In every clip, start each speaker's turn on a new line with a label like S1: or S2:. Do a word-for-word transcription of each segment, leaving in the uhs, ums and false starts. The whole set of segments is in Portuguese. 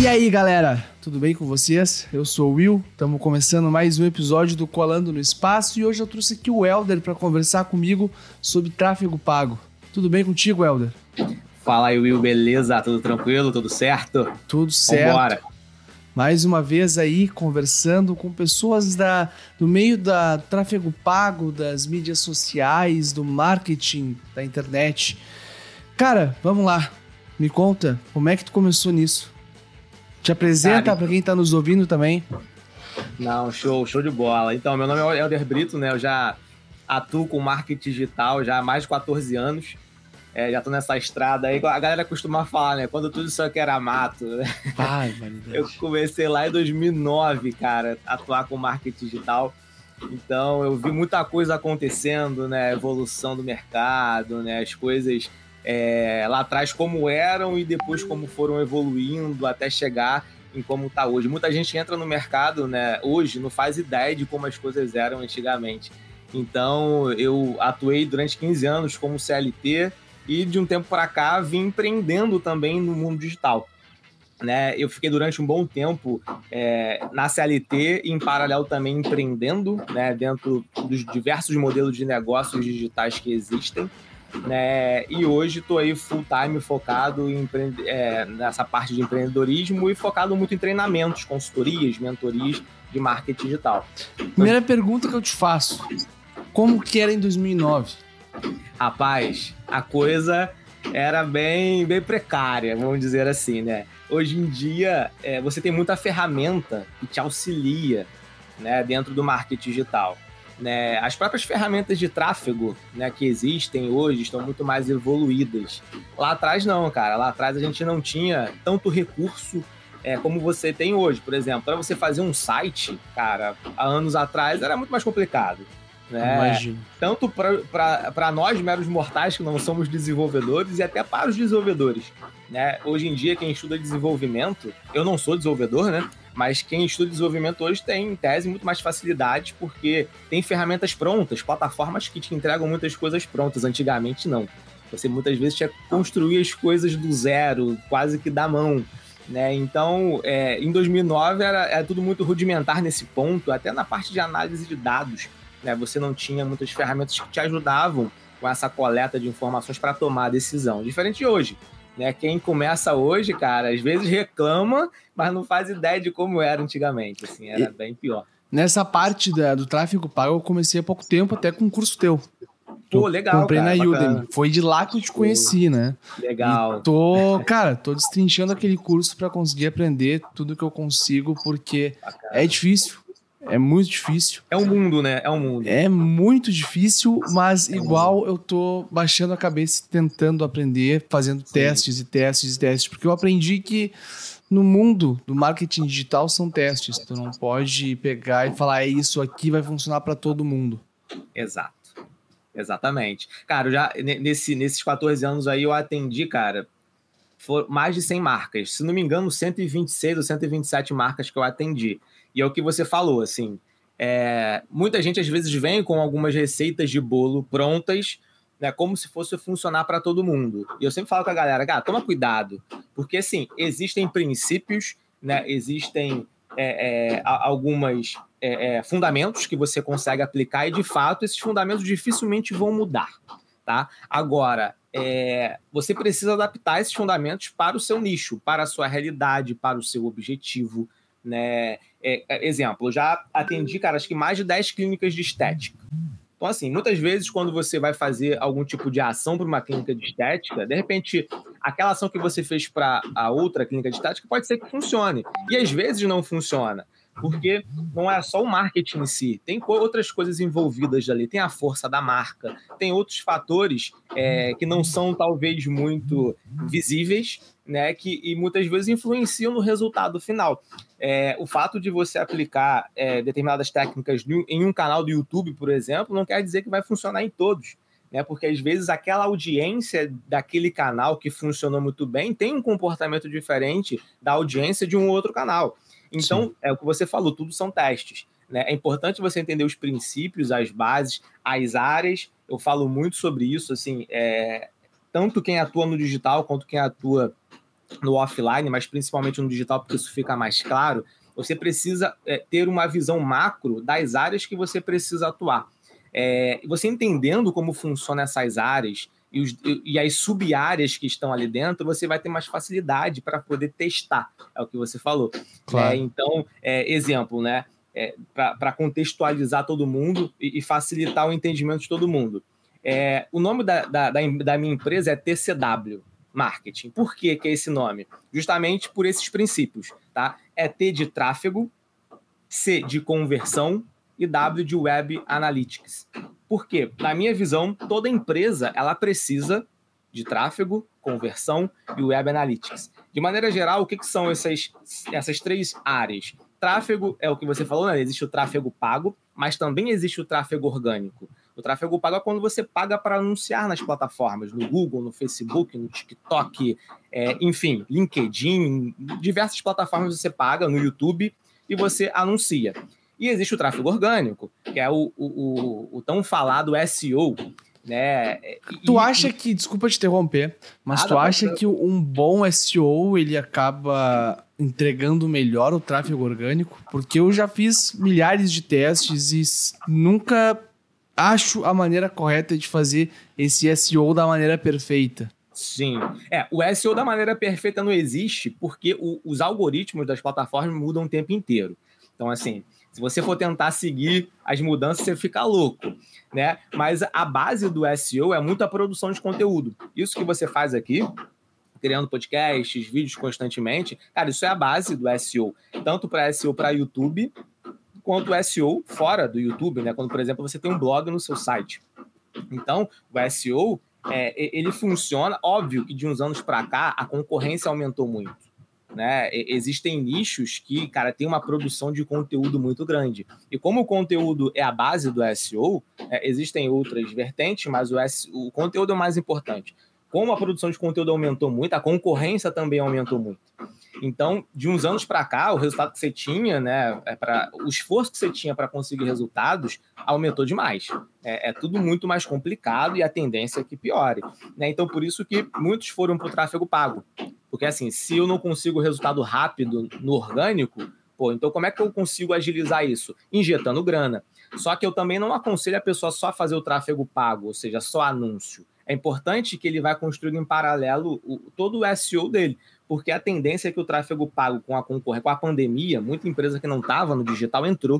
S1: E aí, galera, tudo bem com vocês? Eu sou o Will, estamos começando mais um episódio do Colando no Espaço e hoje eu trouxe aqui o Helder para conversar comigo sobre tráfego pago. Tudo bem contigo, Helder?
S2: Fala aí, Will, beleza? Tudo tranquilo? Tudo certo?
S1: Tudo certo.
S2: Vambora.
S1: Mais uma vez aí conversando com pessoas da, do meio da tráfego pago, das mídias sociais, do marketing, da internet. Cara, vamos lá, me conta, como é que tu começou nisso? Te apresenta para quem tá nos ouvindo também.
S2: Não, show, show de bola. Então, meu nome é Helder Brito, né? Eu já atuo com marketing digital já há mais de quatorze anos. É, já tô nessa estrada aí. A galera costuma falar, né? Quando tudo isso aqui era mato. Né?
S1: Ai, validade.
S2: Eu comecei lá em dois mil e nove, cara, a atuar com marketing digital. Então, eu vi muita coisa acontecendo, né? Evolução do mercado, né? As coisas... É, lá atrás como eram e depois como foram evoluindo até chegar em como está hoje. Muita gente entra no mercado, né, hoje não faz ideia de como as coisas eram antigamente. Então eu atuei durante quinze anos como C L T e de um tempo para cá vim empreendendo também no mundo digital. Né? Eu fiquei durante um bom tempo é, na C L T e em paralelo também empreendendo, né, dentro dos diversos modelos de negócios digitais que existem. Né? E hoje estou aí full time focado em empreende- é, nessa parte de empreendedorismo e focado muito em treinamentos, consultorias, mentorias de marketing digital.
S1: Primeira pergunta que eu te faço, como que era em dois mil e nove?
S2: Rapaz, a coisa era bem, bem precária, vamos dizer assim, né? Hoje em dia, é, você tem muita ferramenta que te auxilia, né, dentro do marketing digital. Né, as próprias ferramentas de tráfego, né, que existem hoje estão muito mais evoluídas. Lá atrás não, cara. Lá atrás a gente não tinha tanto recurso é, como você tem hoje. Por exemplo, para você fazer um site, cara, há anos atrás era muito mais complicado. Né?
S1: Imagino.
S2: Tanto para nós, meros mortais, que não somos desenvolvedores, e até para os desenvolvedores. Né? Hoje em dia, quem estuda desenvolvimento, eu não sou desenvolvedor, né? Mas quem estuda desenvolvimento hoje tem, em tese, muito mais facilidade, porque tem ferramentas prontas, plataformas que te entregam muitas coisas prontas. Antigamente, não. Você muitas vezes tinha que construir as coisas do zero, quase que da mão. Né? Então, é, em dois mil e nove, era, era tudo muito rudimentar nesse ponto, até na parte de análise de dados. Né? Você não tinha muitas ferramentas que te ajudavam com essa coleta de informações para tomar a decisão. Diferente de hoje. Né? Quem começa hoje, cara, às vezes reclama, mas não faz ideia de como era antigamente, assim, era e bem pior.
S1: Nessa parte da, do tráfego pago, eu comecei há pouco tempo até com um curso teu.
S2: Pô, legal,
S1: comprei
S2: cara,
S1: na Udemy.
S2: bacana.
S1: Foi de lá que eu te conheci, né?
S2: Legal.
S1: E tô, cara, tô destrinchando aquele curso para conseguir aprender tudo que eu consigo, porque bacana. É difícil. É muito difícil.
S2: É um mundo, né? É um mundo.
S1: É muito difícil, mas é igual um eu tô baixando a cabeça e tentando aprender, fazendo Sim. testes e testes e testes, porque eu aprendi que no mundo do marketing digital são testes. Tu não pode pegar e falar, é isso aqui, vai funcionar para todo mundo.
S2: Exato. Exatamente. Cara, eu já, nesse, nesses quatorze anos aí eu atendi, cara, foram mais de cem marcas. Se não me engano, cento e vinte e seis ou cento e vinte e sete marcas que eu atendi. E é o que você falou, assim, é, muita gente às vezes vem com algumas receitas de bolo prontas, né, como se fosse funcionar para todo mundo. E eu sempre falo com a galera, cara, toma cuidado, porque assim, existem princípios, né, existem é, é, algumas é, é, fundamentos que você consegue aplicar e, de fato, esses fundamentos dificilmente vão mudar. Tá? Agora, é, você precisa adaptar esses fundamentos para o seu nicho, para a sua realidade, para o seu objetivo. Né? É, exemplo, eu já atendi, cara, acho que mais de dez clínicas de estética. Então, assim, muitas vezes quando você vai fazer algum tipo de ação para uma clínica de estética, de repente, aquela ação que você fez para a outra clínica de estética pode ser que funcione. E às vezes não funciona, porque não é só o marketing em si, tem outras coisas envolvidas ali, tem a força da marca, tem outros fatores é, que não são talvez muito visíveis, né, que e muitas vezes influenciam no resultado final. É, o fato de você aplicar é, determinadas técnicas em um canal do YouTube, por exemplo, não quer dizer que vai funcionar em todos, né? Porque às vezes aquela audiência daquele canal que funcionou muito bem tem um comportamento diferente da audiência de um outro canal. Então, Sim. é o que você falou, tudo são testes. Né? É importante você entender os princípios, as bases, as áreas. Eu falo muito sobre isso, assim, é, tanto quem atua no digital quanto quem atua no offline, mas principalmente no digital, porque isso fica mais claro, você precisa é, ter uma visão macro das áreas que você precisa atuar. É, você entendendo como funcionam essas áreas e, os, e as sub-áreas que estão ali dentro, você vai ter mais facilidade para poder testar, é o que você falou.
S1: Claro.
S2: É, então, é, exemplo, né, é, para contextualizar todo mundo e, e facilitar o entendimento de todo mundo. É, o nome da, da, da minha empresa é T C W Marketing. Por que, que é esse nome? Justamente por esses princípios, tá? É T de tráfego, C de conversão e W de Web Analytics. Por quê? Na minha visão, toda empresa ela precisa de tráfego, conversão e Web Analytics. De maneira geral, o que, que são essas, essas três áreas? Tráfego é o que você falou, né? Existe o tráfego pago, mas também existe o tráfego orgânico. O tráfego pago é quando você paga para anunciar nas plataformas, no Google, no Facebook, no TikTok, é, enfim, LinkedIn, diversas plataformas você paga, no YouTube, e você anuncia. E existe o tráfego orgânico, que é o, o, o, o tão falado S E O, né? E,
S1: tu acha que, desculpa te interromper, mas ah, tu acha pra... que um bom S E O, ele acaba entregando melhor o tráfego orgânico? Porque eu já fiz milhares de testes e nunca acho a maneira correta de fazer esse S E O da maneira perfeita.
S2: Sim. É, o S E O da maneira perfeita não existe porque o, os algoritmos das plataformas mudam o tempo inteiro. Então, assim, se você for tentar seguir as mudanças, você fica louco, né? Mas a base do S E O é muita produção de conteúdo. Isso que você faz aqui, criando podcasts, vídeos constantemente, cara, isso é a base do S E O. Tanto para S E O para YouTube, quanto S E O fora do YouTube, né? Quando, por exemplo, você tem um blog no seu site. Então, o S E O, é, ele funciona, óbvio que de uns anos para cá, a concorrência aumentou muito. Né? Existem nichos que, cara, tem uma produção de conteúdo muito grande. E como o conteúdo é a base do S E O, é, existem outras vertentes, mas o, S... o conteúdo é o mais importante. Como a produção de conteúdo aumentou muito, a concorrência também aumentou muito. Então, de uns anos para cá, o resultado que você tinha, né, é pra... o esforço que você tinha para conseguir resultados aumentou demais. É, é tudo muito mais complicado e a tendência é que piore. Né? Então, por isso que muitos foram para o tráfego pago. Porque, assim, se eu não consigo resultado rápido no orgânico, pô, então como é que eu consigo agilizar isso? Injetando grana. Só que eu também não aconselho a pessoa só fazer o tráfego pago, ou seja, só anúncio. É importante que ele vai construindo em paralelo o, todo o S E O dele, porque a tendência é que o tráfego pago com a concorrência, com a pandemia, muita empresa que não estava no digital entrou.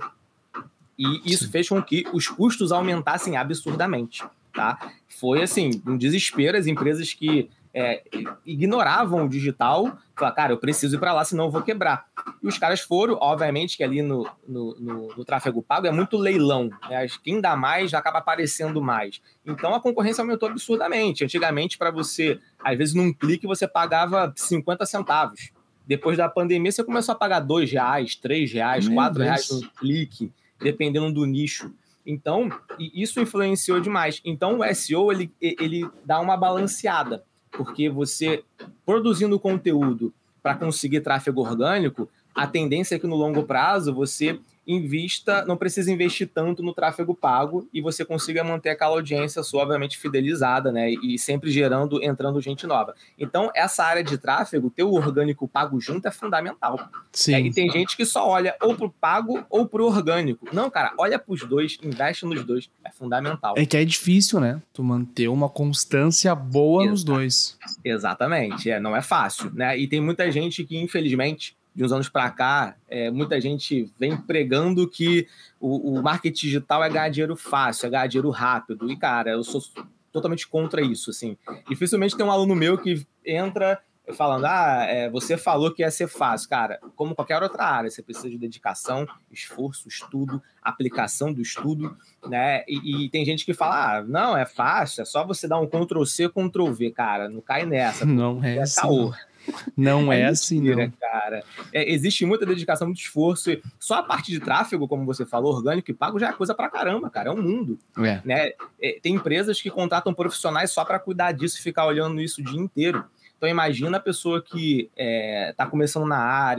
S2: E isso Sim. fez com que os custos aumentassem absurdamente, tá? Foi, assim, um desespero, as empresas que É, ignoravam o digital, falaram, cara, eu preciso ir para lá, senão eu vou quebrar. E os caras foram, obviamente, que ali no, no, no, no tráfego pago é muito leilão, né? Quem dá mais já acaba aparecendo mais. Então a concorrência aumentou absurdamente. Antigamente, para você, às vezes num clique, você pagava cinquenta centavos. Depois da pandemia, você começou a pagar dois reais, três reais, Meu quatro Deus. reais no clique, dependendo do nicho. Então, isso influenciou demais. Então, o S E O, ele, ele dá uma balanceada. Porque você, produzindo conteúdo para conseguir tráfego orgânico, a tendência é que no longo prazo você invista, não precisa investir tanto no tráfego pago e você consiga manter aquela audiência sua, obviamente, fidelizada, né? E sempre gerando, entrando gente nova. Então, essa área de tráfego, ter o orgânico pago junto é fundamental.
S1: Sim.
S2: É, e tem gente que só olha ou pro pago ou pro orgânico. Não, cara, olha pros dois, investe nos dois. É fundamental.
S1: É que é difícil, né? Tu manter uma constância boa Exato. nos dois.
S2: Exatamente. É, não é fácil, né? E tem muita gente que, infelizmente, de uns anos para cá, é, muita gente vem pregando que o, o marketing digital é ganhar dinheiro fácil, é ganhar dinheiro rápido. E, cara, eu sou totalmente contra isso, assim. Dificilmente tem um aluno meu que entra falando, ah, é, você falou que ia ser fácil. Cara, como qualquer outra área, você precisa de dedicação, esforço, estudo, aplicação do estudo, né? E, e tem gente que fala, ah, não, é fácil, é só você dar um control C, control V, cara, não cai nessa.
S1: Não é, é assim. Caô. Não é, é assim, mentira, não.
S2: Cara. É, existe muita dedicação, muito esforço. Só a parte de tráfego, como você falou, orgânico e pago já é coisa pra caramba, cara. É um mundo.
S1: É.
S2: Né? É, tem empresas que contratam profissionais só para cuidar disso e ficar olhando isso o dia inteiro. Então, imagina a pessoa que está é, começando na área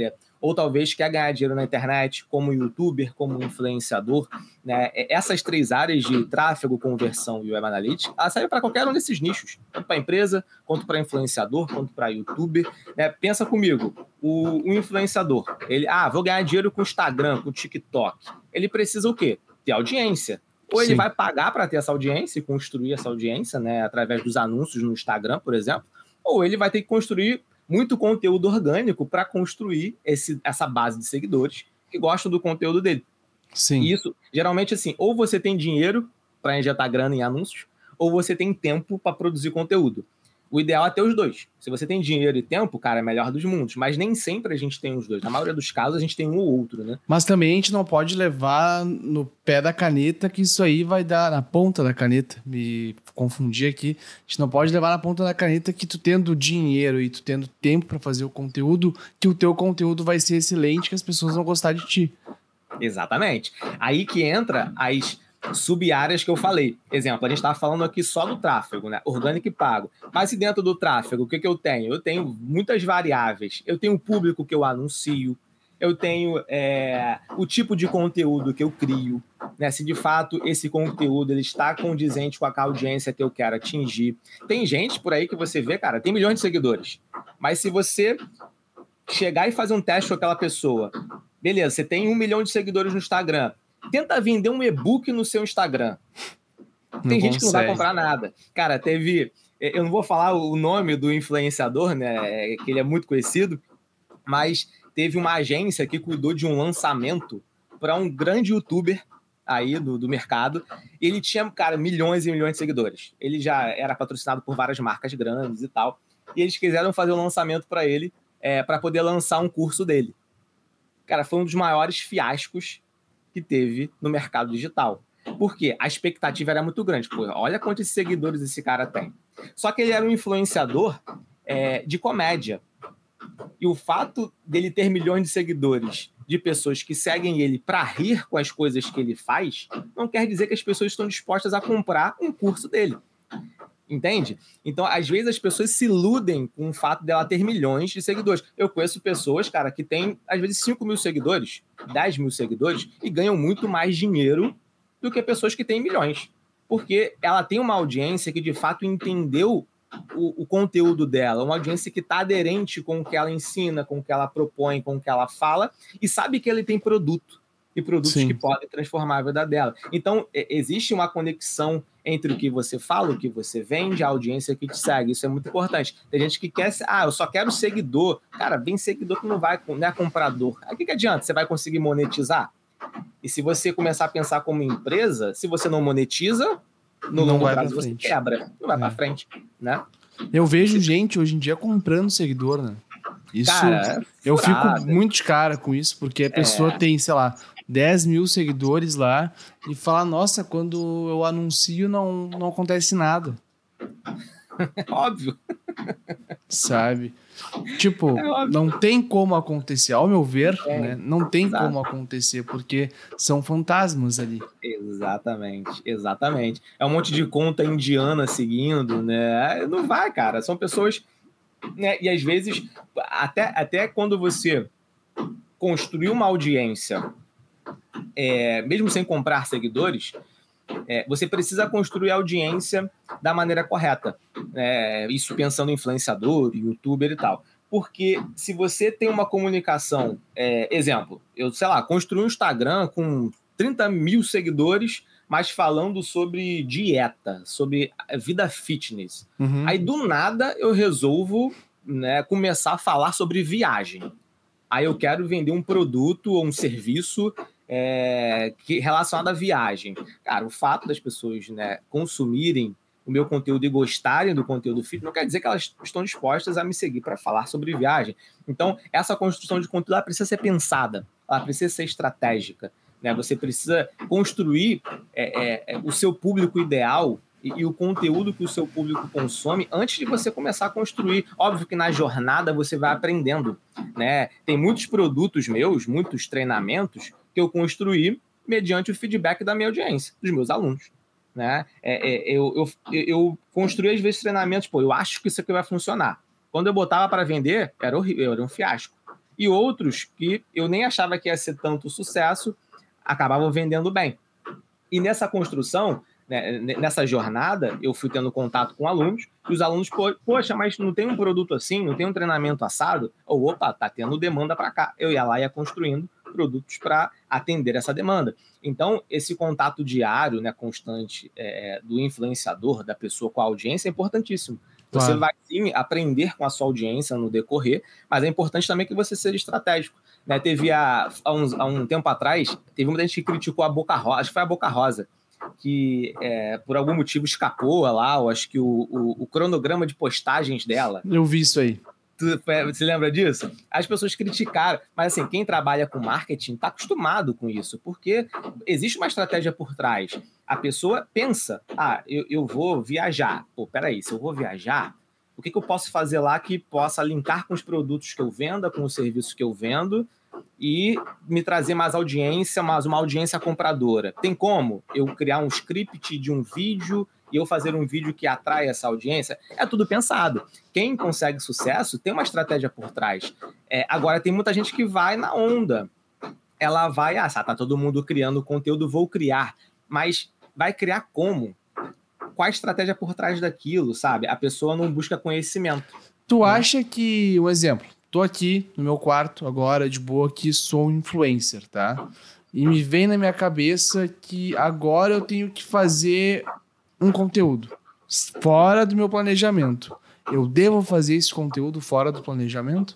S2: ou talvez quer ganhar dinheiro na internet, como youtuber, como influenciador, né? Essas três áreas de tráfego, conversão e web analytics, ela serve para qualquer um desses nichos, tanto para empresa, quanto para influenciador, quanto para youtuber, né? Pensa comigo, o, o influenciador, ele, ah, vou ganhar dinheiro com Instagram, com TikTok. Ele precisa o quê? Ter audiência. Ou ele Sim. vai pagar para ter essa audiência e construir essa audiência, né, através dos anúncios no Instagram, por exemplo, ou ele vai ter que construir muito conteúdo orgânico para construir esse, essa base de seguidores que gostam do conteúdo dele.
S1: Sim.
S2: E isso, geralmente, assim, ou você tem dinheiro para injetar grana em anúncios, ou você tem tempo para produzir conteúdo. O ideal é ter os dois. Se você tem dinheiro e tempo, cara, é melhor dos mundos. Mas nem sempre a gente tem os dois. Na maioria dos casos, a gente tem um ou outro, né?
S1: Mas também a gente não pode levar no pé da caneta, que isso aí vai dar na ponta da caneta. Me confundi aqui. A gente não pode levar na ponta da caneta que tu tendo dinheiro e tu tendo tempo para fazer o conteúdo, que o teu conteúdo vai ser excelente, que as pessoas vão gostar de ti.
S2: Exatamente. Aí que entra as sub-áreas que eu falei. Exemplo, a gente estava falando aqui só do tráfego, né? Orgânico e pago. Mas e dentro do tráfego, o que, que eu tenho? Eu tenho muitas variáveis. Eu tenho o público que eu anuncio, eu tenho é, o tipo de conteúdo que eu crio, né? Se de fato esse conteúdo ele está condizente com a audiência que eu quero atingir. Tem gente por aí que você vê, cara, tem milhões de seguidores. Mas se você chegar e fazer um teste com aquela pessoa, beleza, você tem um milhão de seguidores no Instagram, tenta vender um e-book no seu Instagram. Tem não gente consegue. Que não vai comprar nada. Cara, teve... Eu não vou falar o nome do influenciador, né? Que ele é muito conhecido, mas teve uma agência que cuidou de um lançamento para um grande youtuber aí do, do mercado. Ele tinha, cara, milhões e milhões de seguidores. Ele já era patrocinado por várias marcas grandes e tal. E eles quiseram fazer um lançamento para ele, é, para poder lançar um curso dele. Cara, foi um dos maiores fiascos que teve no mercado digital. Por quê? A expectativa era muito grande. Pô, olha quantos seguidores esse cara tem. Só que ele era um influenciador é, de comédia. E o fato dele ter milhões de seguidores, de pessoas que seguem ele para rir com as coisas que ele faz, não quer dizer que as pessoas estão dispostas a comprar um curso dele. Entende? Então, às vezes, as pessoas se iludem com o fato dela ter milhões de seguidores. Eu conheço pessoas, cara, que têm, às vezes, cinco mil seguidores, dez mil seguidores, e ganham muito mais dinheiro do que pessoas que têm milhões. Porque ela tem uma audiência que, de fato, entendeu o, o conteúdo dela, uma audiência que está aderente com o que ela ensina, com o que ela propõe, com o que ela fala, e sabe que ele tem produto. E produtos Sim. que podem transformar a vida dela. Então, existe uma conexão entre o que você fala, o que você vende, a audiência que te segue. Isso é muito importante. Tem gente que quer... Ah, eu só quero seguidor. Cara, vem seguidor que não vai, não é comprador. Aí o que, que adianta? Você vai conseguir monetizar? E se você começar a pensar como empresa, se você não monetiza, no
S1: não
S2: longo prazo você quebra. Não vai é. para frente, né?
S1: Eu vejo gente hoje em dia comprando seguidor, né? Isso,
S2: cara,
S1: eu fico muito de cara com isso, porque a pessoa é. tem, sei lá, dez mil seguidores lá e fala, nossa, quando eu anuncio não, não acontece nada.
S2: Óbvio.
S1: Sabe? Tipo, é não tem como acontecer, ao meu ver, é. né? Não tem Exato. como acontecer, porque são fantasmas ali.
S2: Exatamente, exatamente. É um monte de conta indiana seguindo, né? Não vai, cara. São pessoas... Né? E às vezes, até, até quando você construir uma audiência, é, mesmo sem comprar seguidores, é, você precisa construir a audiência da maneira correta. É, isso pensando em influenciador, youtuber e tal. Porque se você tem uma comunicação... É, exemplo, eu, sei lá, construí um Instagram com trinta mil seguidores, mas falando sobre dieta, sobre vida fitness. Uhum. Aí, do nada, eu resolvo, né, começar a falar sobre viagem. Aí eu quero vender um produto ou um serviço é, que, relacionado à viagem. Cara, o fato das pessoas, né, consumirem o meu conteúdo e gostarem do conteúdo fitness não quer dizer que elas estão dispostas a me seguir para falar sobre viagem. Então, essa construção de conteúdo ela precisa ser pensada, ela precisa ser estratégica. Né? Você precisa construir é, é, o seu público ideal e, e o conteúdo que o seu público consome antes de você começar a construir. Óbvio que na jornada você vai aprendendo. Né? Tem muitos produtos meus, muitos treinamentos que eu construí mediante o feedback da minha audiência, dos meus alunos. Né? É, é, eu, eu, eu construí, às vezes, treinamentos, pô, eu acho que isso aqui vai funcionar. Quando eu botava para vender, era horrível, era um fiasco. e outros que eu nem achava que ia ser tanto sucesso, acabavam vendendo bem. E nessa construção, né, nessa jornada, eu fui tendo contato com alunos, e os alunos, poxa, mas não tem um produto assim, não tem um treinamento assado? Ou, opa, tá tendo demanda para cá. Eu ia lá e ia construindo produtos para atender essa demanda. Então, esse contato diário, né, constante é, do influenciador, da pessoa com a audiência, é importantíssimo. Você claro. Vai, sim, aprender com a sua audiência no decorrer, mas é importante também que você seja estratégico. Né? Teve, há, há, uns, há um tempo atrás, teve muita gente que criticou a Boca Rosa, acho que foi a Boca Rosa, que é, por algum motivo escapou lá, eu acho que o, o, o cronograma de postagens dela...
S1: Eu vi isso aí.
S2: Tu, você lembra disso? As pessoas criticaram, mas assim, quem trabalha com marketing está acostumado com isso, porque existe uma estratégia por trás. A pessoa pensa, ah, eu, eu vou viajar. Pô, peraí, se eu vou viajar, o que, que eu posso fazer lá que possa linkar com os produtos que eu venda, com os serviços que eu vendo e me trazer mais audiência, mais uma audiência compradora? Tem como eu criar um script de um vídeo e eu fazer um vídeo que atrai essa audiência? É tudo pensado. Quem consegue sucesso tem uma estratégia por trás. É, agora, tem muita gente que vai na onda. Ela vai, ah, tá todo mundo criando conteúdo, vou criar. Mas vai criar como? Qual a estratégia por trás daquilo, sabe? A pessoa não busca conhecimento.
S1: Tu né? acha que, um exemplo, tô aqui no meu quarto agora, de boa, que sou influencer, tá? E me vem na minha cabeça que agora eu tenho que fazer um conteúdo fora do meu planejamento. Eu devo fazer esse conteúdo fora do planejamento?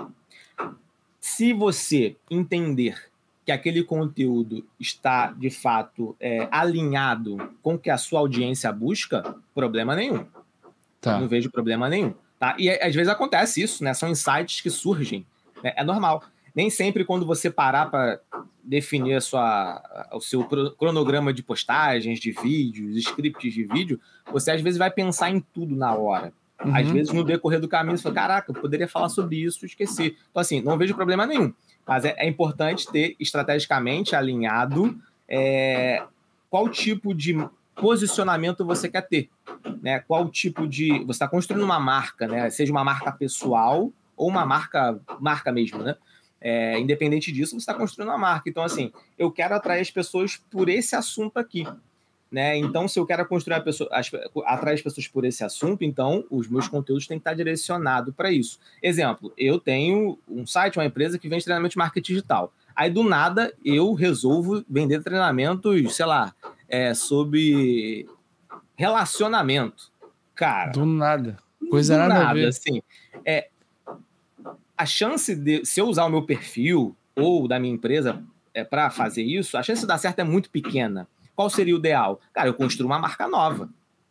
S2: Se você entender que aquele conteúdo está, de fato, é, alinhado com o que a sua audiência busca, problema nenhum. Tá. Não vejo problema nenhum. Tá? E às vezes acontece isso, né? São insights que surgem. Né? É normal. Nem sempre quando você parar para definir a sua, o seu cronograma de postagens, de vídeos, scripts de vídeo, você às vezes vai pensar em tudo na hora. Uhum. Às vezes no decorrer do caminho você fala, caraca, eu poderia falar sobre isso, esqueci. Então assim, não vejo problema nenhum. Mas é, é importante ter estrategicamente alinhado é, qual tipo de posicionamento você quer ter. Né? Qual tipo de... Você está construindo uma marca, né? Seja uma marca pessoal ou uma marca, marca mesmo, né? É, independente disso, você está construindo uma marca. Então, assim, eu quero atrair as pessoas por esse assunto aqui. Né? Então, se eu quero construir a pessoa, as, atrair as pessoas por esse assunto, então os meus conteúdos têm que estar direcionados para isso. Exemplo, eu tenho um site, uma empresa que vende treinamento de marketing digital. Aí, do nada, eu resolvo vender treinamentos, sei lá, é, sobre relacionamento. Cara...
S1: Do nada. Coisa
S2: do
S1: nada, nada
S2: a ver.
S1: Assim,
S2: é, a chance de, se eu usar o meu perfil ou da minha empresa é, para fazer isso, a chance de dar certo é muito pequena. Qual seria o ideal? Cara, eu construo uma marca nova.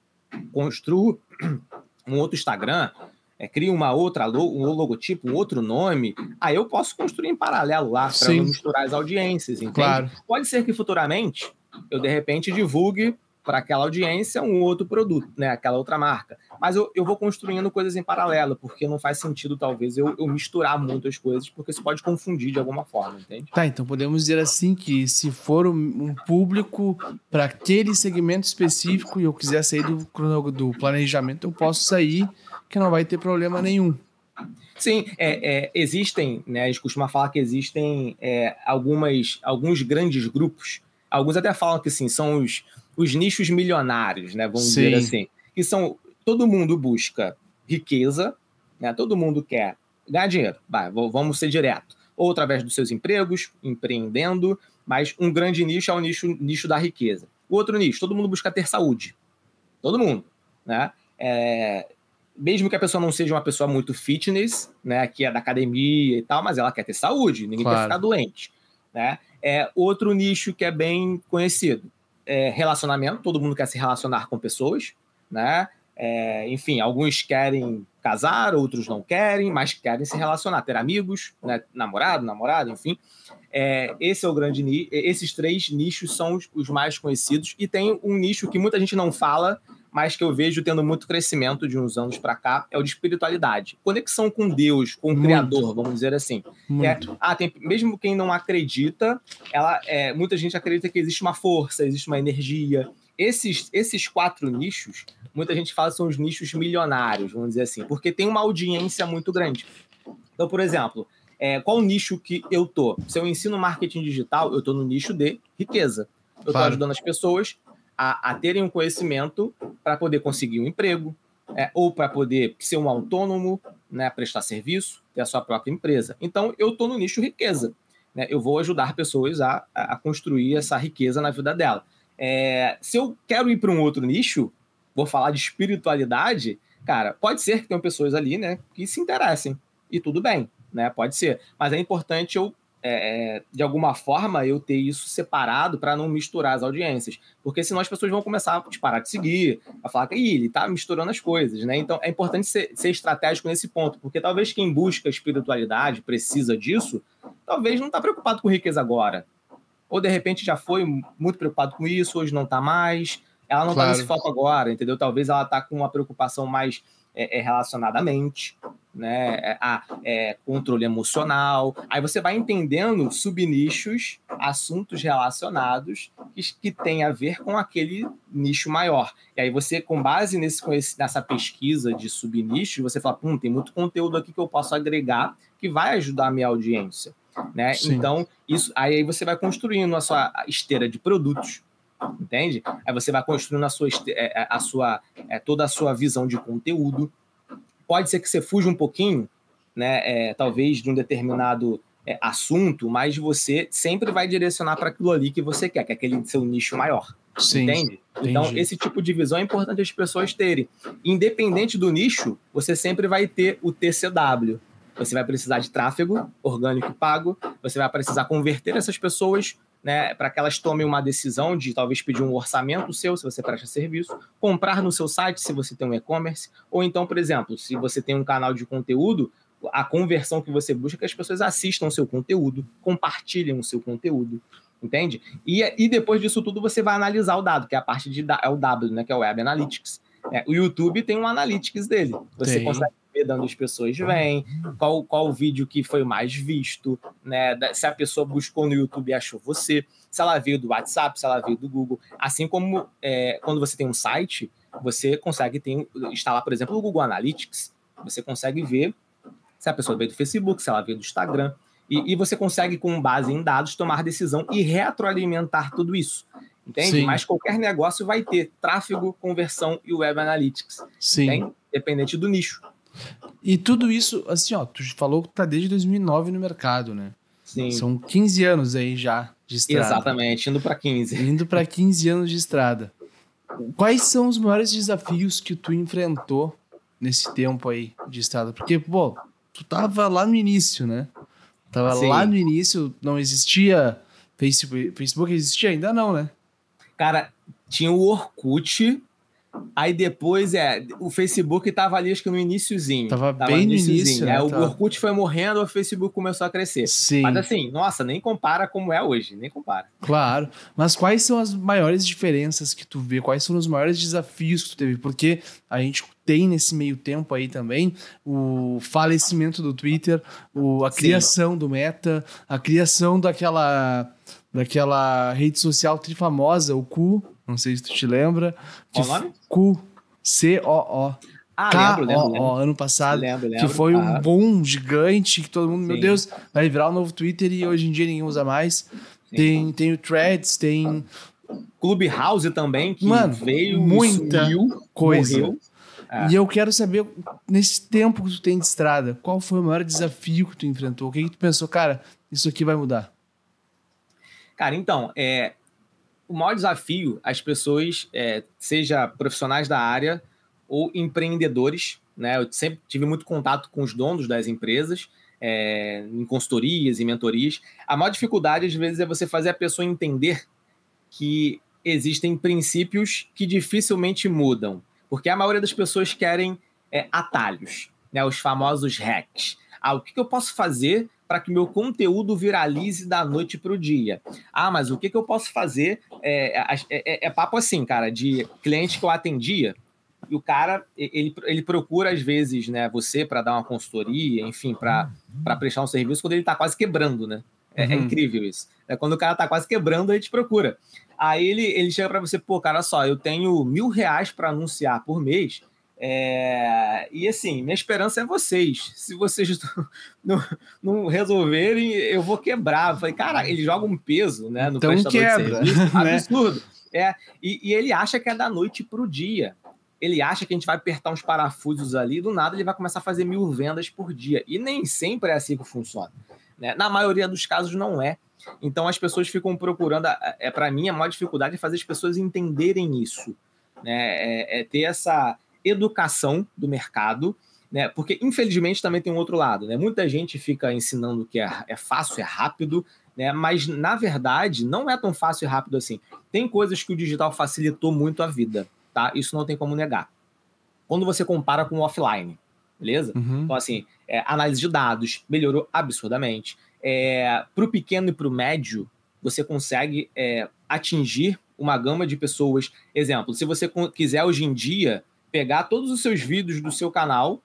S2: Construo um outro Instagram, é, crio uma outra logo, um logotipo, um outro nome. Aí eu posso construir em paralelo lá para não misturar as audiências, entende?
S1: Claro.
S2: Pode ser que futuramente eu, de repente, divulgue para aquela audiência um outro produto, né? Aquela outra marca. Mas eu, eu vou construindo coisas em paralelo, porque não faz sentido, talvez, eu, eu misturar muito as coisas, porque isso pode confundir de alguma forma, entende?
S1: Tá, então podemos dizer assim que se for um público para aquele segmento específico e eu quiser sair do, do planejamento, eu posso sair, que não vai ter problema nenhum.
S2: Sim, é, é, existem, né? A gente costuma falar que existem é, algumas, alguns grandes grupos, alguns até falam que sim, são os, os nichos milionários, né? Vamos
S1: sim.
S2: dizer assim, que são... Todo mundo busca riqueza, né? Todo mundo quer ganhar dinheiro, vai, vamos ser direto. Ou através dos seus empregos, empreendendo, mas um grande nicho é o nicho, nicho da riqueza. O outro nicho, todo mundo busca ter saúde. Todo mundo, né? É, mesmo que a pessoa não seja uma pessoa muito fitness, né? Que é da academia e tal, mas ela quer ter saúde, ninguém claro. Quer ficar doente, né? É, outro nicho que é bem conhecido, é relacionamento, todo mundo quer se relacionar com pessoas, né? É, enfim, alguns querem casar, outros não querem, mas querem se relacionar, ter amigos, né? Namorado, namorada, enfim. É, esse é o grande nicho. Esses três nichos são os, os mais conhecidos. E tem um nicho que muita gente não fala, mas que eu vejo tendo muito crescimento de uns anos para cá, é o de espiritualidade. Conexão com Deus, com o muito. Criador, vamos dizer assim. É, ah, tem, mesmo quem não acredita, ela, é, muita gente acredita que existe uma força, existe uma energia. Esses, esses quatro nichos, muita gente fala que são os nichos milionários, vamos dizer assim, porque tem uma audiência muito grande. Então, por exemplo, é, qual o nicho que eu tô? Se eu ensino marketing digital, eu tô no nicho de riqueza. Eu tô
S1: Claro.
S2: ajudando as pessoas a, a terem um conhecimento para poder conseguir um emprego, é, ou para poder ser um autônomo, né, prestar serviço, ter a sua própria empresa. Então, eu tô no nicho riqueza. Né? Eu vou ajudar pessoas a, a construir essa riqueza na vida dela. É, se eu quero ir para um outro nicho, vou falar de espiritualidade, cara, pode ser que tenham pessoas ali, né, que se interessem, e tudo bem, né, pode ser. Mas é importante eu, é, de alguma forma, eu ter isso separado para não misturar as audiências, porque senão as pessoas vão começar a te parar de seguir, a falar que Ih, ele tá misturando as coisas, né? Então é importante ser, ser estratégico nesse ponto, porque talvez quem busca espiritualidade, precisa disso, talvez não está preocupado com riqueza agora. Ou, de repente, já foi muito preocupado com isso, hoje não está mais. Ela não está
S1: Claro.
S2: nesse foco agora, entendeu? Talvez ela está com uma preocupação mais é, é, relacionada à mente, né? A é, controle emocional. Aí você vai entendendo subnichos, assuntos relacionados que, que tem a ver com aquele nicho maior. E aí você, com base nesse, nessa pesquisa de subnichos, você fala, pum, tem muito conteúdo aqui que eu posso agregar que vai ajudar a minha audiência. Né? Então, isso, aí você vai construindo a sua esteira de produtos, entende? Aí você vai construindo a sua, a sua, toda a sua visão de conteúdo. Pode ser que você fuja um pouquinho, né? É, talvez de um determinado é, assunto, mas você sempre vai direcionar para aquilo ali que você quer, que é aquele seu nicho maior.
S1: Sim,
S2: entende?
S1: entendi.
S2: Então, esse tipo de visão é importante as pessoas terem. Independente do nicho, você sempre vai ter o T C W. Você vai precisar de tráfego orgânico e pago, você vai precisar converter essas pessoas, né, para que elas tomem uma decisão de talvez pedir um orçamento seu, se você presta serviço, comprar no seu site, se você tem um e-commerce, ou então, por exemplo, se você tem um canal de conteúdo, a conversão que você busca é que as pessoas assistam o seu conteúdo, compartilhem o seu conteúdo, entende? E, e depois disso tudo você vai analisar o dado, que é a parte de é o W, né, que é o Web Analytics. É, o YouTube tem um Analytics dele, você tem. Consegue ver de onde as pessoas vêm, qual, qual o vídeo que foi mais visto, né? Se a pessoa buscou no YouTube e achou você, se ela veio do WhatsApp, se ela veio do Google. Assim como é, quando você tem um site, você consegue ter, instalar, por exemplo, o Google Analytics, você consegue ver se a pessoa veio do Facebook, se ela veio do Instagram, e, e você consegue, com base em dados, tomar decisão e retroalimentar tudo isso. Entende? Sim. Mas qualquer negócio vai ter tráfego, conversão e Web Analytics.
S1: Sim.
S2: Entende? Dependente do nicho.
S1: E tudo isso, assim, ó, tu falou que tá desde dois mil e nove no mercado, né?
S2: Sim.
S1: São quinze anos aí já de estrada.
S2: Exatamente, indo para quinze.
S1: Indo para quinze anos de estrada. Quais são os maiores desafios que tu enfrentou nesse tempo aí de estrada? Porque, pô, tu tava lá no início, né? Tava Sim. lá no início, não existia Facebook. Facebook existia ainda não, né?
S2: Cara, tinha o Orkut, aí depois, é, o Facebook tava ali, acho que no iniciozinho.
S1: Tava, tava bem no início, né?
S2: É, o
S1: tava...
S2: Orkut foi morrendo, o Facebook começou a crescer.
S1: Sim.
S2: Mas assim, nossa, nem compara como é hoje, nem compara.
S1: Claro, mas quais são as maiores diferenças que tu vê? Quais foram os maiores desafios que tu teve? Porque a gente tem nesse meio tempo aí também o falecimento do Twitter, o, a Sim. criação do Meta, a criação daquela... daquela rede social trifamosa, o Q, não sei se tu te lembra.
S2: Qual o nome?
S1: Q, C O O.
S2: Ah,
S1: K
S2: lembro, lembro, lembro.
S1: ano passado,
S2: lembro, lembro.
S1: que foi
S2: ah.
S1: um boom gigante, que todo mundo,
S2: Sim.
S1: meu Deus, vai virar o novo Twitter e hoje em dia ninguém usa mais. Tem, tem o Threads, tem...
S2: Clubhouse também, que
S1: Mano,
S2: veio
S1: muita
S2: sumiu,
S1: coisa.
S2: Morreu.
S1: E eu quero saber, nesse tempo que tu tem de estrada, qual foi o maior desafio que tu enfrentou? O que, que tu pensou, cara, isso aqui vai mudar?
S2: Cara, então, é, o maior desafio, as pessoas, é, seja profissionais da área ou empreendedores, né? Eu sempre tive muito contato com os donos das empresas, é, em consultorias e mentorias. A maior dificuldade, às vezes, é você fazer a pessoa entender que existem princípios que dificilmente mudam, porque a maioria das pessoas querem é, atalhos, né? Os famosos hacks. Ah, o que, que eu posso fazer para que meu conteúdo viralize da noite para o dia? Ah, mas o que, que eu posso fazer? É, é, é, é papo assim, cara, de cliente que eu atendia, e o cara, ele, ele procura, às vezes, né, você para dar uma consultoria, enfim, para prestar um serviço, quando ele está quase quebrando, né? É, uhum. é incrível isso. É, quando o cara está quase quebrando, a gente procura. Aí ele, ele chega para você, pô, cara, só, eu tenho mil reais para anunciar por mês, É, e assim, minha esperança é vocês. Se vocês não, não resolverem, eu vou quebrar. Eu falei, cara, ele joga um peso, né, no
S1: Então
S2: prestador
S1: quebra,
S2: de serviço
S1: né?
S2: absurdo. É, e, e ele acha que é da noite pro dia. Ele acha que a gente vai apertar uns parafusos ali, do nada ele vai começar a fazer mil vendas por dia. E nem sempre é assim que funciona, né? Na maioria dos casos não é. Então as pessoas ficam procurando, é, para mim a maior dificuldade é fazer as pessoas entenderem isso, né? É, é ter essa educação do mercado, né? Porque infelizmente também tem um outro lado, né? Muita gente fica ensinando que é, é fácil, é rápido, né? Mas na verdade não é tão fácil e rápido assim. Tem coisas que o digital facilitou muito a vida, tá? Isso não tem como negar. Quando você compara com o offline, beleza?
S1: Uhum.
S2: Então assim, é, análise de dados melhorou absurdamente. É, para o pequeno e para o médio, você consegue é, atingir uma gama de pessoas. Exemplo, se você quiser hoje em dia pegar todos os seus vídeos do seu canal,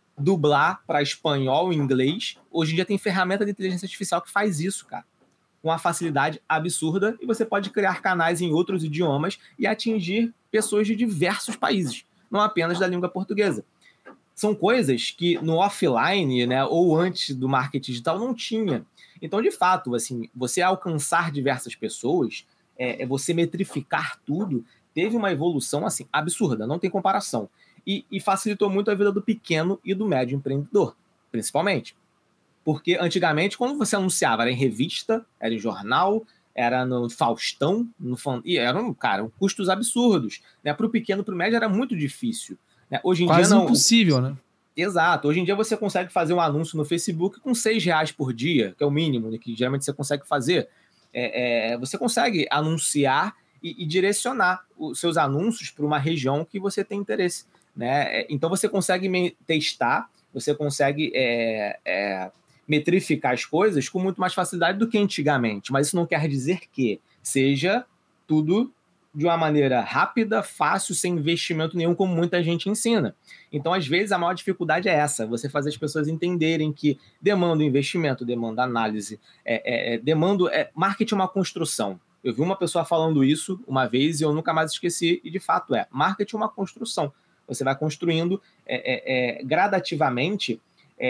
S2: dublar para espanhol e inglês, hoje em dia tem ferramenta de inteligência artificial que faz isso, cara, com uma facilidade absurda, e você pode criar canais em outros idiomas e atingir pessoas de diversos países, não apenas da língua portuguesa. São coisas que no offline, né, ou antes do marketing digital não tinha. Então, de fato, assim, você alcançar diversas pessoas, é, é você metrificar tudo, teve uma evolução assim absurda, não tem comparação. E, e facilitou muito a vida do pequeno e do médio empreendedor, principalmente. Porque antigamente, quando você anunciava, era em revista, era em jornal, era no Faustão, no fan... e eram, cara, custos absurdos, né? Para o pequeno, para o médio, era muito difícil. Né? Hoje em
S1: Quase
S2: dia, não.
S1: impossível, né?
S2: Exato. Hoje em dia você consegue fazer um anúncio no Facebook com seis reais por dia, que é o mínimo, né, que geralmente você consegue fazer. É, é, você consegue anunciar e, e direcionar os seus anúncios para uma região que você tem interesse, né? Então você consegue testar, você consegue é, é, metrificar as coisas com muito mais facilidade do que antigamente. Mas isso não quer dizer que seja tudo de uma maneira rápida, fácil, sem investimento nenhum, como muita gente ensina. Então, às vezes, a maior dificuldade é essa, você fazer as pessoas entenderem que demanda investimento, demanda análise, é, é, demanda... É, marketing é uma construção. Eu vi uma pessoa falando isso uma vez e eu nunca mais esqueci, e de fato é, marketing é uma construção. Você vai construindo é, é, gradativamente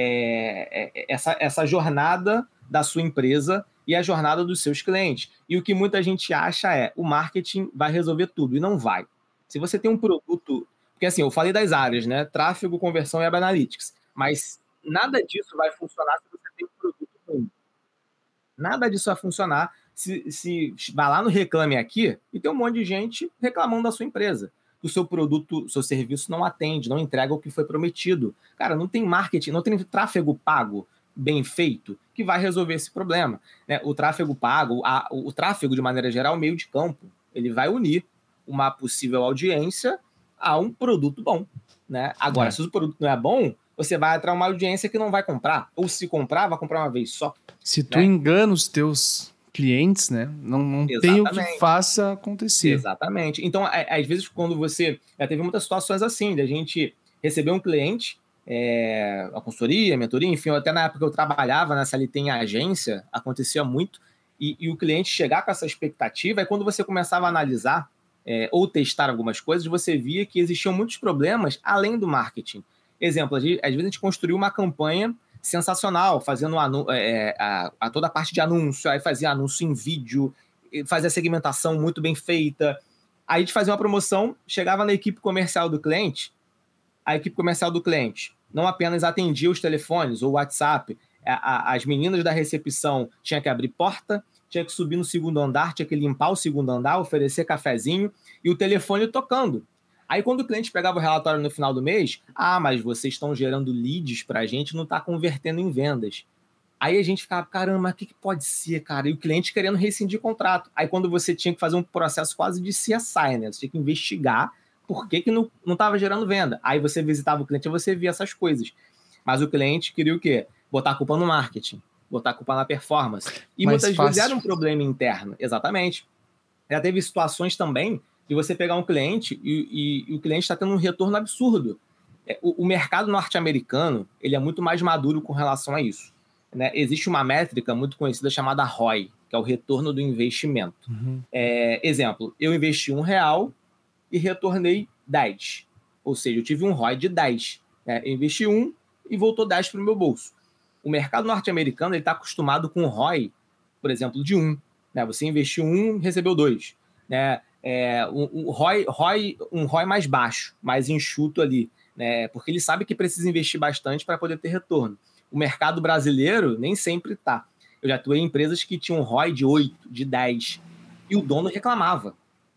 S2: é, é, essa, essa jornada da sua empresa e a jornada dos seus clientes. E o que muita gente acha é, o marketing vai resolver tudo, e não vai. Se você tem um produto... Porque assim, eu falei das áreas, né? Tráfego, conversão e Web Analytics. Mas nada disso vai funcionar se você tem um produto ruim. Nada disso vai funcionar se, se vai lá no Reclame Aqui e tem um monte de gente reclamando da sua empresa. O seu produto, o seu serviço não atende, não entrega o que foi prometido. Cara, não tem marketing, não tem tráfego pago bem feito que vai resolver esse problema. Né? O tráfego pago, a, o tráfego de maneira geral, é o meio de campo. Ele vai unir uma possível audiência a um produto bom. Né? Agora, é. se o produto não é bom, você vai atrair uma audiência que não vai comprar. Ou se comprar, vai comprar uma vez só.
S1: Se tu
S2: né?
S1: engana os teus clientes, né? Não, não tem o que faça acontecer.
S2: Exatamente. Então, às vezes, quando você... Já teve muitas situações assim, de a gente receber um cliente, é, a consultoria, a mentoria, enfim, até na época que eu trabalhava nessa ali tem agência, acontecia muito, e, e o cliente chegar com essa expectativa, e quando você começava a analisar é, ou testar algumas coisas, você via que existiam muitos problemas além do marketing. Exemplo, às vezes a gente construiu uma campanha sensacional, fazendo um é, a, a toda a parte de anúncio, aí fazia anúncio em vídeo, fazia segmentação muito bem feita, aí a gente fazia uma promoção, chegava na equipe comercial do cliente, a equipe comercial do cliente não apenas atendia os telefones ou o WhatsApp, a, a, as meninas da recepção tinham que abrir porta, tinha que subir no segundo andar, tinha que limpar o segundo andar, oferecer cafezinho e o telefone tocando. Aí, quando o cliente pegava o relatório no final do mês, ah, mas vocês estão gerando leads para a gente, não está convertendo em vendas. Aí a gente ficava, caramba, o que, que pode ser, cara? E o cliente querendo rescindir contrato. Aí, quando você tinha que fazer um processo quase de C S I, né? Você tinha que investigar por que, que não estava gerando venda. Aí você visitava o cliente e você via essas coisas. Mas o cliente queria o quê? Botar a culpa no marketing, botar a culpa na performance. E
S1: Mais
S2: muitas
S1: fácil.
S2: vezes era um problema interno. Exatamente. Já teve situações também de você pegar um cliente e, e, e o cliente está tendo um retorno absurdo. É, o, o mercado norte-americano ele é muito mais maduro com relação a isso. Né? Existe uma métrica muito conhecida chamada R O I, que é o retorno do investimento.
S1: Uhum.
S2: É, exemplo, eu investi um real e retornei dez. Ou seja, eu tive um R O I de dez. Né? Eu investi um e voltou dez para o meu bolso. O mercado norte-americano está acostumado com o R O I, por exemplo, de um. Né? Você investiu um, recebeu dois. Né? É, um, um, R O I, R O I, um R O I mais baixo, mais enxuto ali. Né? Porque ele sabe que precisa investir bastante para poder ter retorno. O mercado brasileiro nem sempre está. Eu já atuei em empresas que tinham um R O I de oito, de dez. E o dono reclamava.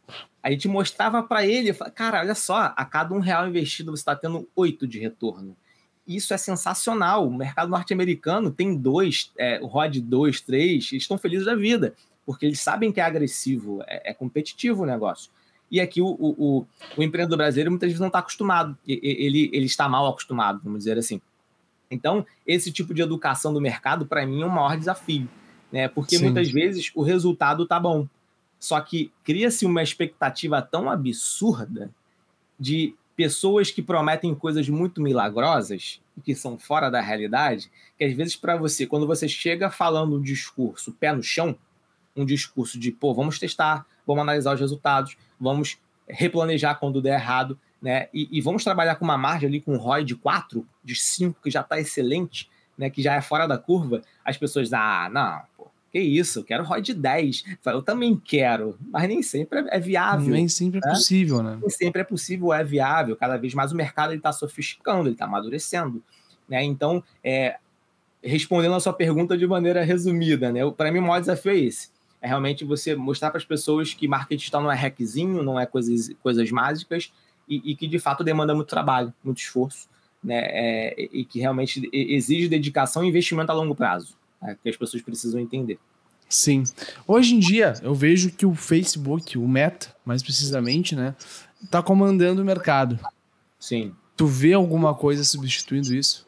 S2: A gente mostrava para ele, cara, olha só, a cada um real investido você está tendo oito de retorno. Isso é sensacional. O mercado norte-americano tem dois, é, o R O I de dois, três, eles estão felizes da vida, porque eles sabem que é agressivo, é, é competitivo o negócio. E aqui o, o, o, o empreendedor brasileiro muitas vezes não está acostumado, ele, ele está mal acostumado, vamos dizer assim. Então, esse tipo de educação do mercado, para mim, é o maior desafio, né? Porque Sim. muitas vezes o resultado tá bom. Só que cria-se uma expectativa tão absurda de pessoas que prometem coisas muito milagrosas e que são fora da realidade, que às vezes para você, quando você chega falando um discurso pé no chão, um discurso de, pô, vamos testar, vamos analisar os resultados, vamos replanejar quando der errado, né? E, e vamos trabalhar com uma margem ali com um R O I de quatro, de cinco, que já está excelente, né? Que já é fora da curva, as pessoas, ah, não, pô, que isso, eu quero R O I de dez. Eu também quero, mas nem sempre é viável.
S1: Nem sempre né? é possível, né?
S2: Nem sempre é possível, é viável. Cada vez mais o mercado está sofisticando, ele está amadurecendo. Né? Então, é, respondendo a sua pergunta de maneira resumida, né? Para mim o maior desafio é esse. É realmente você mostrar para as pessoas que marketing digital não é hackzinho, não é coisas, coisas mágicas, e, e que de fato demanda muito trabalho, muito esforço, né? É, e que realmente exige dedicação e investimento a longo prazo, né? Que as pessoas precisam entender.
S1: Sim. Hoje em dia, eu vejo que o Facebook, o Meta, mais precisamente, né, tá comandando o mercado.
S2: Sim.
S1: Tu vê alguma coisa substituindo isso?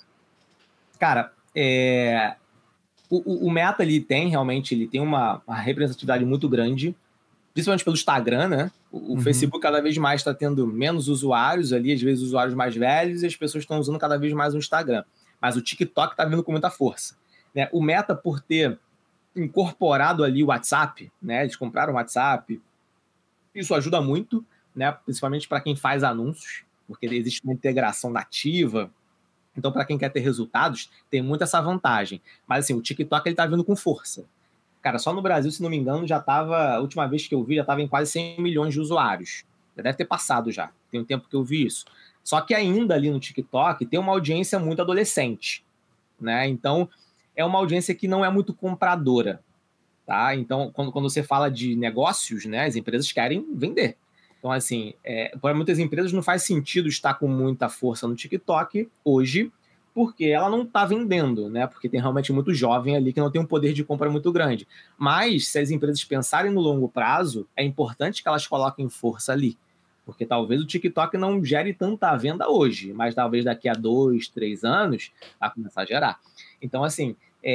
S2: Cara, é... o, o, o Meta, ele tem realmente, ele tem uma, uma representatividade muito grande, principalmente pelo Instagram, né? O, o uhum. Facebook cada vez mais está tendo menos usuários ali, às vezes usuários mais velhos, e as pessoas estão usando cada vez mais o Instagram. Mas o TikTok está vindo com muita força. Né? O Meta, por ter incorporado ali o WhatsApp, né? Eles compraram o WhatsApp, isso ajuda muito, né? Principalmente para quem faz anúncios, porque existe uma integração nativa. Então, para quem quer ter resultados, tem muito essa vantagem. Mas, assim, o TikTok, ele tá vindo com força. Cara, só no Brasil, se não me engano, já estava, a última vez que eu vi, já estava em quase cem milhões de usuários. Já deve ter passado já. Tem um tempo que eu vi isso. Só que ainda ali no TikTok tem uma audiência muito adolescente, né? Então, é uma audiência que não é muito compradora, tá? Então, quando, quando você fala de negócios, né, as empresas querem vender. Então, assim, é, para muitas empresas não faz sentido estar com muita força no TikTok hoje, porque ela não está vendendo, né? Porque tem realmente muito jovem ali que não tem um poder de compra muito grande. Mas, se as empresas pensarem no longo prazo, é importante que elas coloquem força ali. Porque talvez o TikTok não gere tanta venda hoje, mas talvez daqui a dois, três anos vai começar a gerar. Então, assim,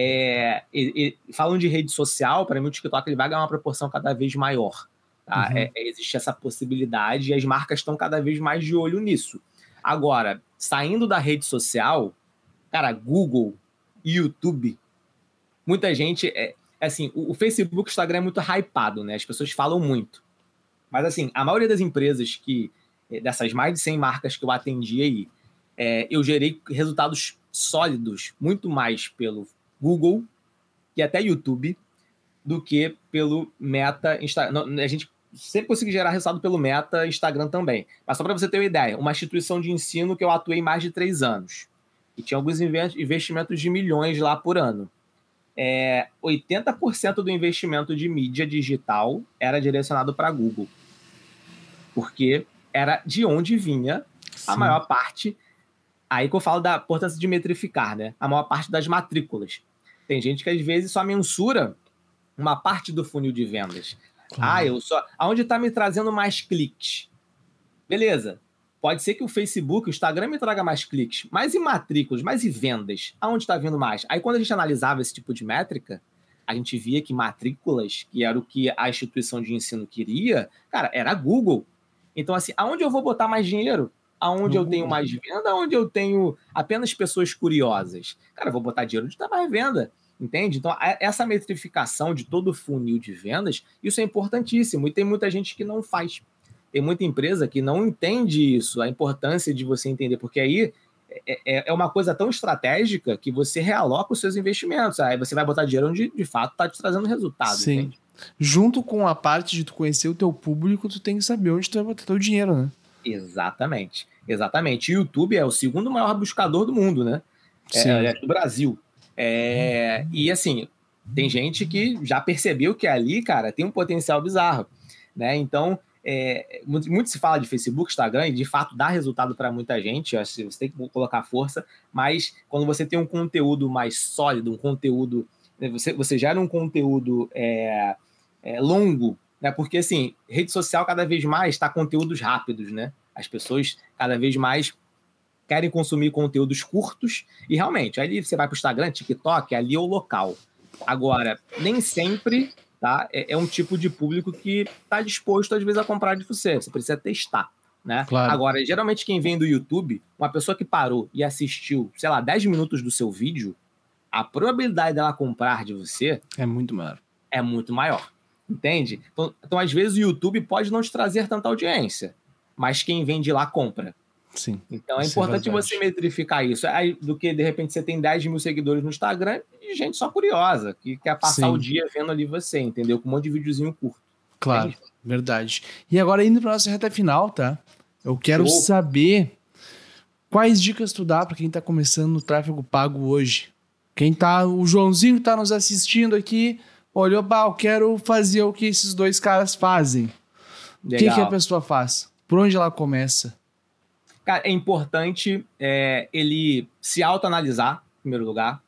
S2: é, e, e, falando de rede social, para mim o TikTok ele vai ganhar uma proporção cada vez maior. Tá? Uhum. É, existe essa possibilidade e as marcas estão cada vez mais de olho nisso. Agora, saindo da rede social, cara, Google, YouTube, muita gente... É, assim, o, o Facebook e o Instagram é muito hypado, né? As pessoas falam muito. Mas, assim, a maioria das empresas que... dessas mais de cem marcas que eu atendi aí, é, eu gerei resultados sólidos muito mais pelo Google e até YouTube do que pelo Meta, Instagram. A gente sempre consegue gerar resultado pelo Meta, Instagram também. Mas só para você ter uma ideia, uma instituição de ensino que eu atuei mais de três anos e tinha alguns investimentos de milhões lá por ano. É, oitenta por cento do investimento de mídia digital era direcionado para Google, porque era de onde vinha a Sim. maior parte. Aí que eu falo da importância de metrificar, né? A maior parte das matrículas. Tem gente que às vezes só mensura uma parte do funil de vendas. Uhum. Ah, eu só... Aonde está me trazendo mais cliques? Beleza. Pode ser que o Facebook, o Instagram me traga mais cliques, mas e matrículas, mas e vendas? Aonde está vindo mais? Aí quando a gente analisava esse tipo de métrica, a gente via que matrículas, que era o que a instituição de ensino queria, cara, era Google. Então, assim, aonde eu vou botar mais dinheiro? Aonde eu tenho mais venda, aonde eu tenho apenas pessoas curiosas. Cara, eu vou botar dinheiro onde está mais venda, entende? Então, essa metrificação de todo o funil de vendas, isso é importantíssimo, e tem muita gente que não faz. tem muita empresa que não entende isso, a importância de você entender, porque aí é, é uma coisa tão estratégica que você realoca os seus investimentos. Aí você vai botar dinheiro onde, de fato, está te trazendo resultado.
S1: Sim.
S2: Entende?
S1: Junto com a parte de tu conhecer o teu público, tu tem que saber onde tu vai botar teu dinheiro, né?
S2: Exatamente. Exatamente. O YouTube é o segundo maior buscador do mundo, né?
S1: Sim.
S2: É, é do Brasil. É, e, assim, tem gente que já percebeu que ali, cara, tem um potencial bizarro, né? Então... É, muito, muito se fala de Facebook, Instagram, e de fato dá resultado para muita gente. Eu acho que você tem que colocar força, mas quando você tem um conteúdo mais sólido, um conteúdo, né, você, você gera um conteúdo é, é, longo, né? Porque assim, rede social cada vez mais está conteúdos rápidos, né? As pessoas cada vez mais querem consumir conteúdos curtos e realmente, aí você vai para o Instagram, TikTok, ali é o local. Agora, nem sempre... Tá? É, é um tipo de público que está disposto, às vezes, a comprar de você. Você precisa testar, né?
S1: Claro.
S2: Agora, geralmente, quem vem do YouTube, uma pessoa que parou e assistiu, sei lá, dez minutos do seu vídeo, a probabilidade dela comprar de você...
S1: É muito maior.
S2: É muito maior, entende? Então, então, às vezes, o YouTube pode não te trazer tanta audiência, mas quem vem de lá compra.
S1: Sim.
S2: Então, é importante é você metrificar isso. Aí, do que, de repente, você tem dez mil seguidores no Instagram e gente só curiosa, que quer passar Sim. o dia vendo ali você, entendeu? Com um monte de videozinho curto.
S1: Claro, entende? Verdade. E agora, indo para nossa reta final, tá? Eu quero Show. saber quais dicas tu dá para quem tá começando no tráfego pago hoje. Quem tá... O Joãozinho que tá nos assistindo aqui, olhou, bah, eu quero fazer o que esses dois caras fazem. O que, que a pessoa faz? Por onde ela começa?
S2: Cara, é importante é, ele se autoanalisar, em primeiro lugar,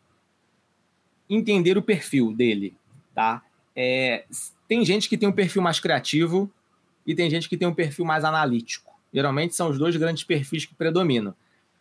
S2: entender o perfil dele, tá? É, tem gente que tem um perfil mais criativo e tem gente que tem um perfil mais analítico. Geralmente são os dois grandes perfis que predominam.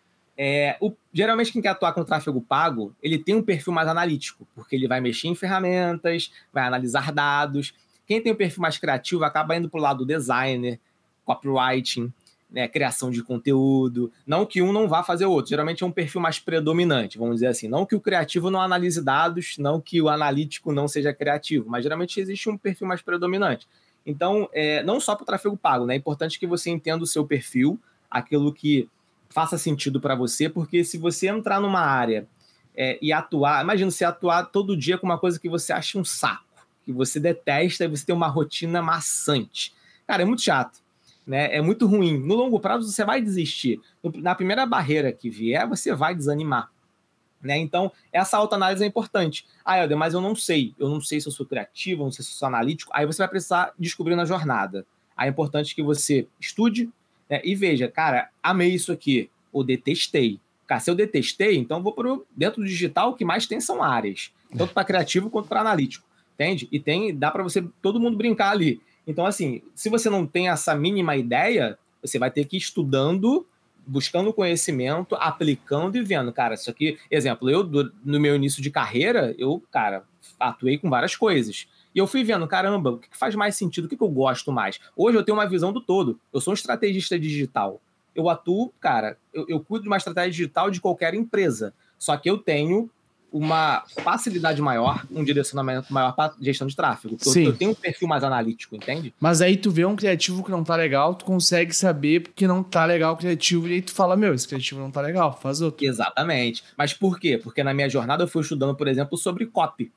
S2: É, o, geralmente quem quer atuar com tráfego pago, ele tem um perfil mais analítico, porque ele vai mexer em ferramentas, vai analisar dados. Quem tem um perfil mais criativo acaba indo para o lado do designer, copywriting, né, criação de conteúdo. Não que um não vá fazer o outro. Geralmente é um perfil mais predominante, vamos dizer assim. Não que o criativo não analise dados, não que o analítico não seja criativo, mas geralmente existe um perfil mais predominante. Então, é, não só para o tráfego pago, né? É importante que você entenda o seu perfil, aquilo que faça sentido para você, porque se você entrar numa área é, e atuar... Imagina você atuar todo dia com uma coisa que você acha um saco, que você detesta e você tem uma rotina maçante. Cara, é muito chato. Né? É muito ruim. No longo prazo, você vai desistir. Na primeira barreira que vier, você vai desanimar. Né? Então, essa autoanálise é importante. Ah, Helder, mas eu não sei. Eu não sei se eu sou criativo, eu não sei se eu sou analítico. Aí você vai precisar descobrir na jornada. Aí é importante que você estude, né? E veja, cara, amei isso aqui, ou detestei. Cara, se eu detestei, então vou para dentro do digital, o que mais tem são áreas. Tanto para criativo quanto para analítico. Entende? E tem, dá para você, todo mundo brincar ali. Então, assim, se você não tem essa mínima ideia, você vai ter que ir estudando, buscando conhecimento, aplicando e vendo. Cara, isso aqui... Exemplo, eu, do, no meu início de carreira, eu, cara, atuei com várias coisas. E eu fui vendo, caramba, o que faz mais sentido? O que eu gosto mais? Hoje eu tenho uma visão do todo. Eu sou um estrategista digital. Eu atuo, cara, eu, eu cuido de uma estratégia digital de qualquer empresa. Só que eu tenho uma facilidade maior, um direcionamento maior para gestão de tráfego. Eu, eu tenho um perfil mais analítico, entende?
S1: Mas aí tu vê um criativo que não tá legal, tu consegue saber porque não tá legal o criativo, e aí tu fala, meu, esse criativo não tá legal, faz outro.
S2: Exatamente. Mas por quê? Porque na minha jornada eu fui estudando, por exemplo, sobre copy.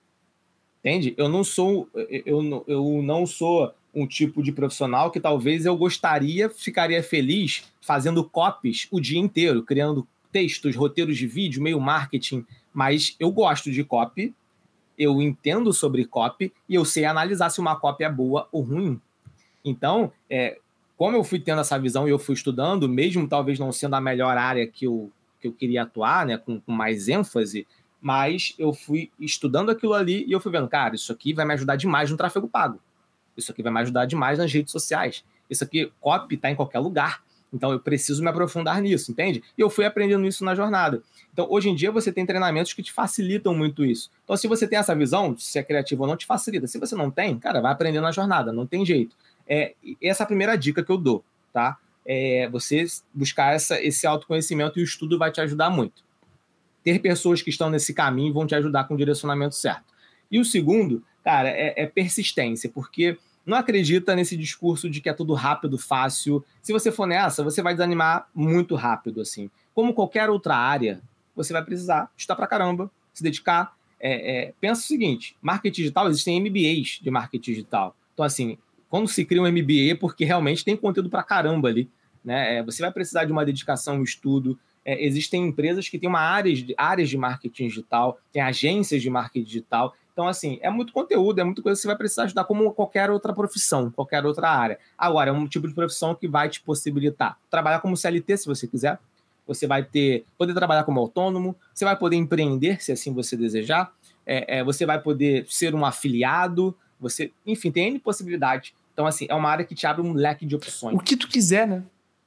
S2: Entende? Eu não sou, eu, eu não sou um tipo de profissional que talvez eu gostaria, ficaria feliz fazendo copies o dia inteiro, criando textos, roteiros de vídeo, meio marketing, mas eu gosto de copy, eu entendo sobre copy e eu sei analisar se uma copy é boa ou ruim. Então, é, como eu fui tendo essa visão e eu fui estudando, mesmo talvez não sendo a melhor área que eu, que eu queria atuar, né, com, com mais ênfase, mas eu fui estudando aquilo ali e eu fui vendo, cara, isso aqui vai me ajudar demais no tráfego pago. Isso aqui vai me ajudar demais nas redes sociais. Isso aqui, copy, está em qualquer lugar. Então, eu preciso me aprofundar nisso, entende? E eu fui aprendendo isso na jornada. Então, hoje em dia, você tem treinamentos que te facilitam muito isso. Então, se você tem essa visão, se é criativo ou não, te facilita. Se você não tem, cara, vai aprender na jornada, não tem jeito. É, essa é a primeira dica que eu dou, tá? É você buscar essa, esse autoconhecimento e o estudo vai te ajudar muito. Ter pessoas que estão nesse caminho vão te ajudar com o direcionamento certo. E o segundo, cara, é, é persistência, porque não acredita nesse discurso de que é tudo rápido, fácil. Se você for nessa, você vai desanimar muito rápido, assim. Como qualquer outra área, você vai precisar estudar pra caramba, se dedicar. É, é, pensa o seguinte, marketing digital, existem M B As de marketing digital. Então, assim, quando se cria um M B A, porque realmente tem conteúdo pra caramba ali, né? É, você vai precisar de uma dedicação, um estudo. É, existem empresas que têm uma área de, áreas de marketing digital, tem agências de marketing digital. Então, assim, é muito conteúdo, é muita coisa que você vai precisar estudar como qualquer outra profissão, qualquer outra área. Agora, é um tipo de profissão que vai te possibilitar trabalhar como C L T, se você quiser. Você vai ter, poder trabalhar como autônomo, você vai poder empreender, se assim você desejar. É, é, você vai poder ser um afiliado, você, enfim, tem N possibilidades. Então, assim, é uma área que te abre um leque de opções.
S1: O que tu quiser, né?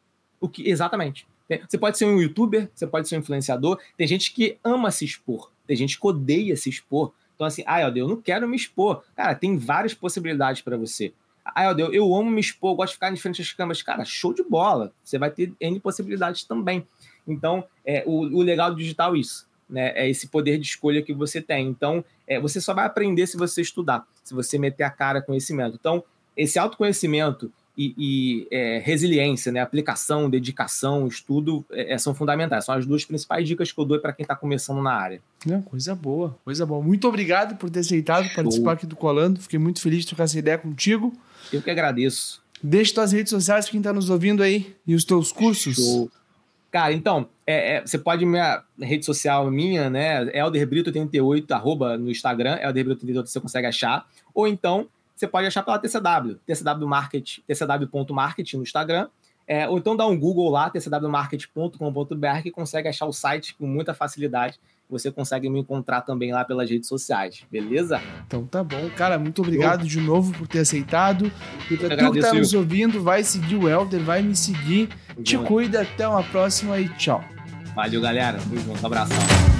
S2: O que, exatamente. Você pode ser um youtuber, você pode ser um influenciador. Tem gente que ama se expor, tem gente que odeia se expor. Então, assim, ah, eu não quero me expor. Cara, tem várias possibilidades para você. Ah, eu, eu amo me expor, eu gosto de ficar em frente às câmeras. Cara, show de bola. Você vai ter N possibilidades também. Então, é, o, o legal do digital é isso, né? É esse poder de escolha que você tem. Então, é, você só vai aprender se você estudar, se você meter a cara com conhecimento. Então, esse autoconhecimento e, e é, resiliência, né? Aplicação, dedicação, estudo, é, são fundamentais. São as duas principais dicas que eu dou para quem está começando na área.
S1: Não, coisa boa, coisa boa. Muito obrigado por ter aceitado Show. Participar aqui do Colando. Fiquei muito feliz de trocar essa ideia contigo.
S2: Eu que agradeço.
S1: Deixa tuas redes sociais para quem está nos ouvindo aí e os teus cursos.
S2: Show. Cara, então, é, é, você pode, minha rede social minha, né, Elder Brito oitenta e oito, arroba no Instagram, Elder Brito oitenta e oito você consegue achar, ou então você pode achar pela T C W, T C W Market, T C W ponto market no Instagram, é, ou então dá um Google lá, T C W market ponto com ponto b r, que consegue achar o site com muita facilidade. Você consegue me encontrar também lá pelas redes sociais, beleza?
S1: Então tá bom. Cara, muito obrigado Eu... de novo por ter aceitado. E pra tu que tá nos ouvindo, vai seguir o Elder, vai me seguir. Te cuida, até uma próxima e tchau.
S2: Valeu, galera. Um abração.